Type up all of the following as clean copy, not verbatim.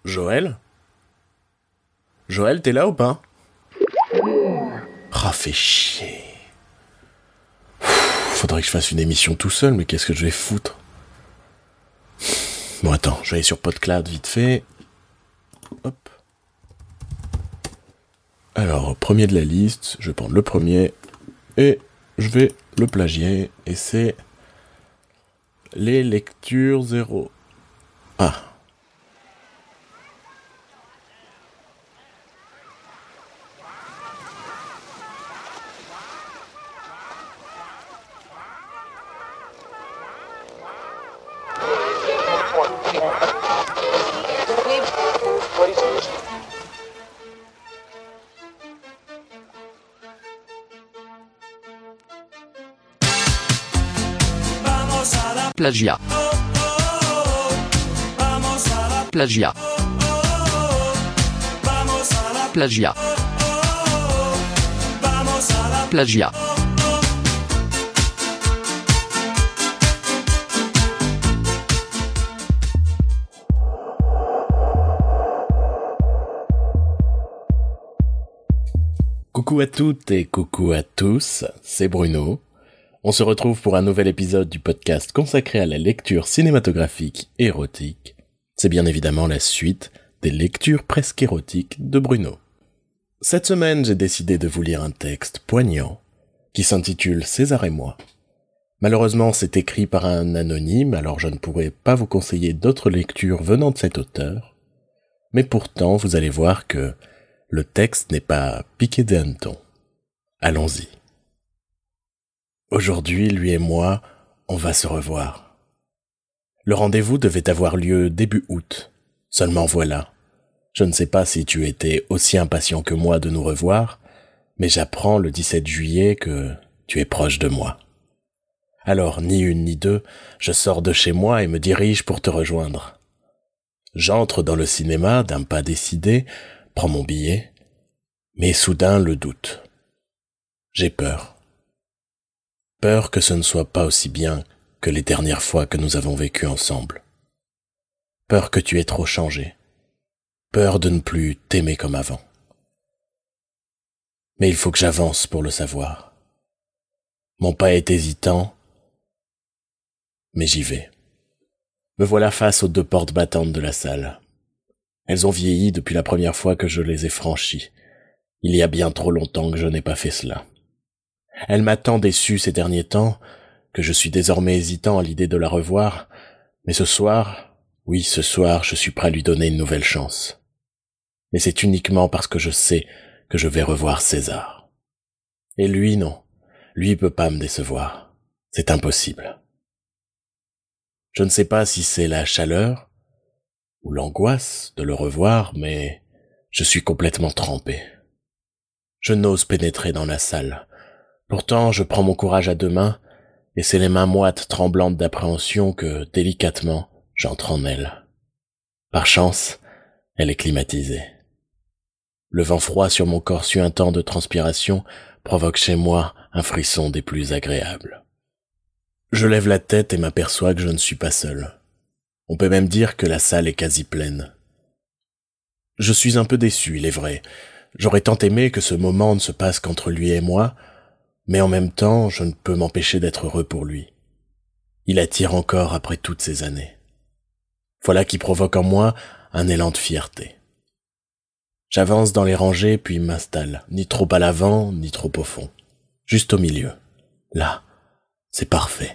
Joël ? Joël, t'es là ou pas ? Ah, fais chier. Faudrait que je fasse une émission tout seul, mais qu'est-ce que je vais foutre ? Bon, attends, je vais aller sur PodCloud vite fait. Hop. Alors, premier de la liste, je vais prendre le premier et je vais le plagier. Et c'est les lectures 0. Ah. Plagiat. Plagiat. Plagiat. Plagiat. Coucou à toutes et coucou à tous, c'est Bruno. On se retrouve pour un nouvel épisode du podcast consacré à la lecture cinématographique érotique. C'est bien évidemment la suite des lectures presque érotiques de Bruno. Cette semaine, j'ai décidé de vous lire un texte poignant qui s'intitule « César et moi ». Malheureusement, c'est écrit par un anonyme, alors je ne pourrai pas vous conseiller d'autres lectures venant de cet auteur. Mais pourtant, vous allez voir que le texte n'est pas piqué des hannetons. Allons-y. Aujourd'hui, lui et moi, on va se revoir. Le rendez-vous devait avoir lieu début août. Seulement voilà. Je ne sais pas si tu étais aussi impatient que moi de nous revoir, mais j'apprends le 17 juillet que tu es proche de moi. Alors, ni une ni deux, je sors de chez moi et me dirige pour te rejoindre. J'entre dans le cinéma d'un pas décidé, prends mon billet, mais soudain le doute. J'ai peur. Peur que ce ne soit pas aussi bien que les dernières fois que nous avons vécu ensemble. Peur que tu aies trop changé. Peur de ne plus t'aimer comme avant. Mais il faut que j'avance pour le savoir. Mon pas est hésitant, mais j'y vais. Me voilà face aux deux portes battantes de la salle. Elles ont vieilli depuis la première fois que je les ai franchies. Il y a bien trop longtemps que je n'ai pas fait cela. Elle m'a tant déçu ces derniers temps que je suis désormais hésitant à l'idée de la revoir, mais ce soir, je suis prêt à lui donner une nouvelle chance. Mais c'est uniquement parce que je sais que je vais revoir César. Et lui, non. Lui peut pas me décevoir. C'est impossible. Je ne sais pas si c'est la chaleur ou l'angoisse de le revoir, mais je suis complètement trempé. Je n'ose pénétrer dans la salle. Pourtant, je prends mon courage à deux mains, et c'est les mains moites tremblantes d'appréhension que, délicatement, j'entre en elle. Par chance, elle est climatisée. Le vent froid sur mon corps suintant de transpiration provoque chez moi un frisson des plus agréables. Je lève la tête et m'aperçois que je ne suis pas seul. On peut même dire que la salle est quasi pleine. Je suis un peu déçu, il est vrai. J'aurais tant aimé que ce moment ne se passe qu'entre lui et moi, mais en même temps, je ne peux m'empêcher d'être heureux pour lui. Il attire encore après toutes ces années. Voilà qui provoque en moi un élan de fierté. J'avance dans les rangées puis m'installe, ni trop à l'avant, ni trop au fond. Juste au milieu. Là, c'est parfait.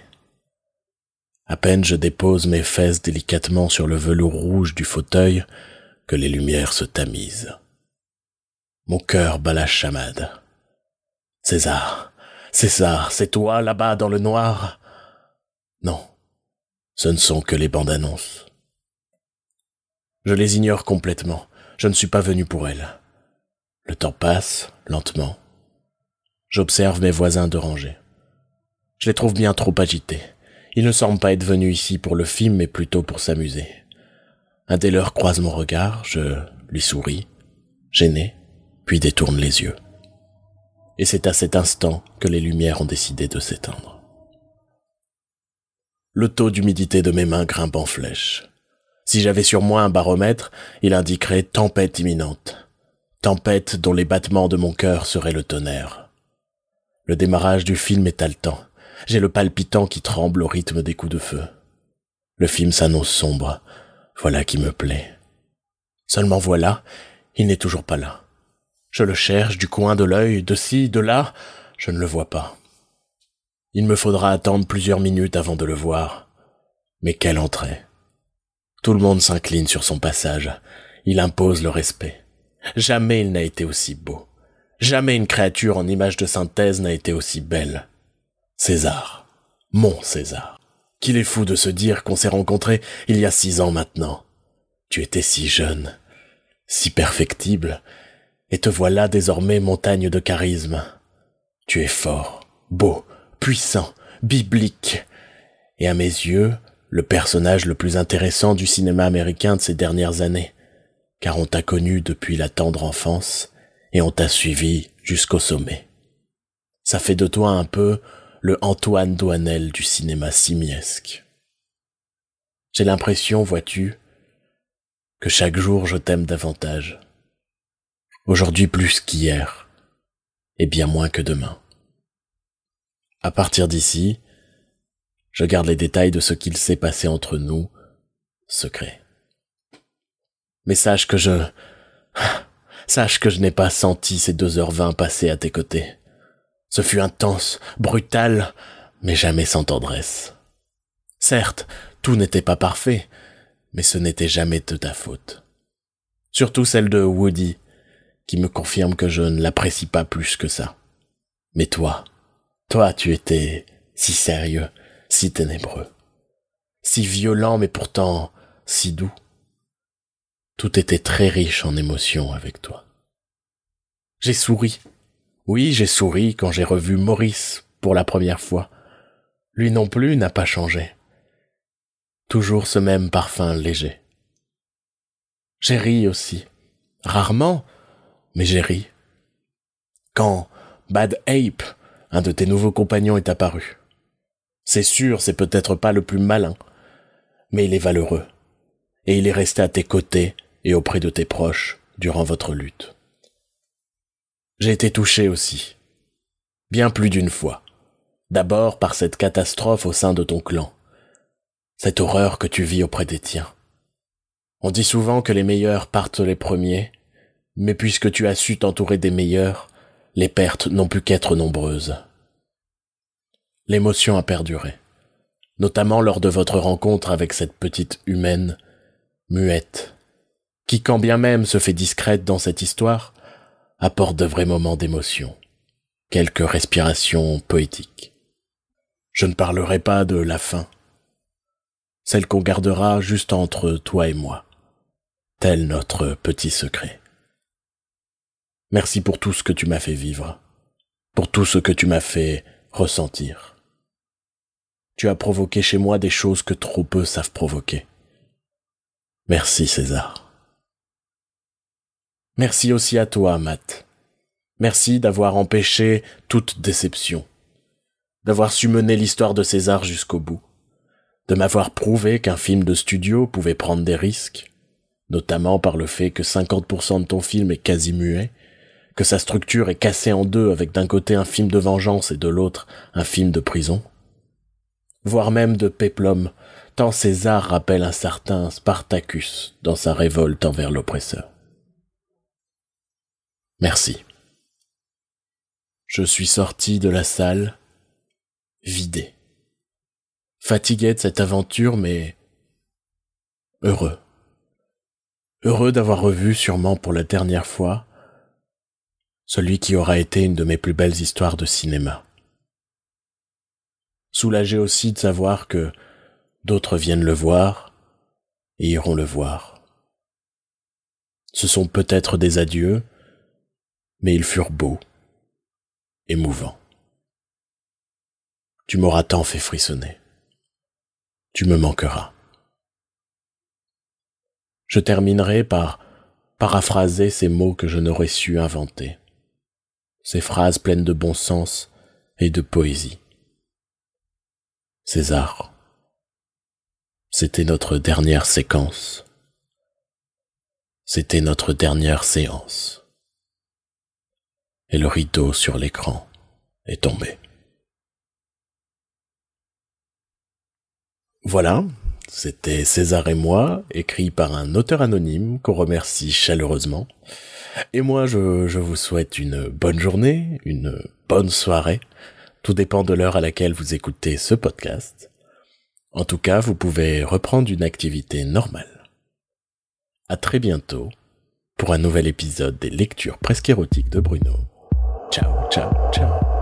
À peine je dépose mes fesses délicatement sur le velours rouge du fauteuil que les lumières se tamisent. Mon cœur bat la chamade. César, c'est toi là-bas dans le noir ? Non, ce ne sont que les bandes annonces. Je les ignore complètement, je ne suis pas venu pour elles. Le temps passe, lentement. J'observe mes voisins de rangée. Je les trouve bien trop agités. Ils ne semblent pas être venus ici pour le film, mais plutôt pour s'amuser. Un des leurs croise mon regard, je lui souris, gêné, puis détourne les yeux. Et c'est à cet instant que les lumières ont décidé de s'éteindre. Le taux d'humidité de mes mains grimpe en flèche. Si j'avais sur moi un baromètre, il indiquerait tempête imminente. Tempête dont les battements de mon cœur seraient le tonnerre. Le démarrage du film est haletant. J'ai le palpitant qui tremble au rythme des coups de feu. Le film s'annonce sombre. Voilà qui me plaît. Seulement voilà, il n'est toujours pas là. Je le cherche du coin de l'œil, de ci, de là, je ne le vois pas. Il me faudra attendre plusieurs minutes avant de le voir. Mais quelle entrée! Tout le monde s'incline sur son passage. Il impose le respect. Jamais il n'a été aussi beau. Jamais une créature en image de synthèse n'a été aussi belle. César. Mon César. Qu'il est fou de se dire qu'on s'est rencontrés il y a 6 ans maintenant. Tu étais si jeune, si perfectible, et te voilà désormais montagne de charisme. Tu es fort, beau, puissant, biblique, et à mes yeux, le personnage le plus intéressant du cinéma américain de ces dernières années, car on t'a connu depuis la tendre enfance et on t'a suivi jusqu'au sommet. Ça fait de toi un peu le Antoine Doinel du cinéma simiesque. J'ai l'impression, vois-tu, que chaque jour je t'aime davantage. Aujourd'hui plus qu'hier, et bien moins que demain. À partir d'ici, je garde les détails de ce qu'il s'est passé entre nous, secret. Mais sache que je n'ai pas senti ces 2h20 passées à tes côtés. Ce fut intense, brutal, mais jamais sans tendresse. Certes, tout n'était pas parfait, mais ce n'était jamais de ta faute. Surtout celle de Woody, qui me confirme que je ne l'apprécie pas plus que ça. Mais toi, tu étais si sérieux, si ténébreux, si violent mais pourtant si doux. Tout était très riche en émotions avec toi. J'ai souri. Oui, j'ai souri quand j'ai revu Maurice pour la première fois. Lui non plus n'a pas changé. Toujours ce même parfum léger. J'ai ri aussi. Rarement, mais j'ai ri. Quand Bad Ape, un de tes nouveaux compagnons, est apparu. C'est sûr, c'est peut-être pas le plus malin, mais il est valeureux. Et il est resté à tes côtés et auprès de tes proches durant votre lutte. J'ai été touché aussi. Bien plus d'une fois. D'abord par cette catastrophe au sein de ton clan. Cette horreur que tu vis auprès des tiens. On dit souvent que les meilleurs partent les premiers, mais puisque tu as su t'entourer des meilleurs, les pertes n'ont pu qu'être nombreuses. L'émotion a perduré, notamment lors de votre rencontre avec cette petite humaine, muette, qui quand bien même se fait discrète dans cette histoire, apporte de vrais moments d'émotion, quelques respirations poétiques. Je ne parlerai pas de la fin, celle qu'on gardera juste entre toi et moi, tel notre petit secret. Merci pour tout ce que tu m'as fait vivre, pour tout ce que tu m'as fait ressentir. Tu as provoqué chez moi des choses que trop peu savent provoquer. Merci César. Merci aussi à toi, Matt. Merci d'avoir empêché toute déception, d'avoir su mener l'histoire de César jusqu'au bout, de m'avoir prouvé qu'un film de studio pouvait prendre des risques, notamment par le fait que 50% de ton film est quasi muet, que sa structure est cassée en deux avec d'un côté un film de vengeance et de l'autre un film de prison, voire même de péplum, tant César rappelle un certain Spartacus dans sa révolte envers l'oppresseur. Merci. Je suis sorti de la salle, vidé, fatigué de cette aventure, mais heureux. Heureux d'avoir revu, sûrement pour la dernière fois, celui qui aura été une de mes plus belles histoires de cinéma. Soulagé aussi de savoir que d'autres viennent le voir et iront le voir. Ce sont peut-être des adieux, mais ils furent beaux, émouvants. Tu m'auras tant fait frissonner. Tu me manqueras. Je terminerai par paraphraser ces mots que je n'aurais su inventer. Ces phrases pleines de bon sens et de poésie. César, c'était notre dernière séquence. C'était notre dernière séance. Et le rideau sur l'écran est tombé. Voilà, c'était César et moi, écrit par un auteur anonyme qu'on remercie chaleureusement. Et moi, je vous souhaite une bonne journée, une bonne soirée. Tout dépend de l'heure à laquelle vous écoutez ce podcast. En tout cas, vous pouvez reprendre une activité normale. À très bientôt pour un nouvel épisode des lectures presque érotiques de Bruno. Ciao, ciao, ciao.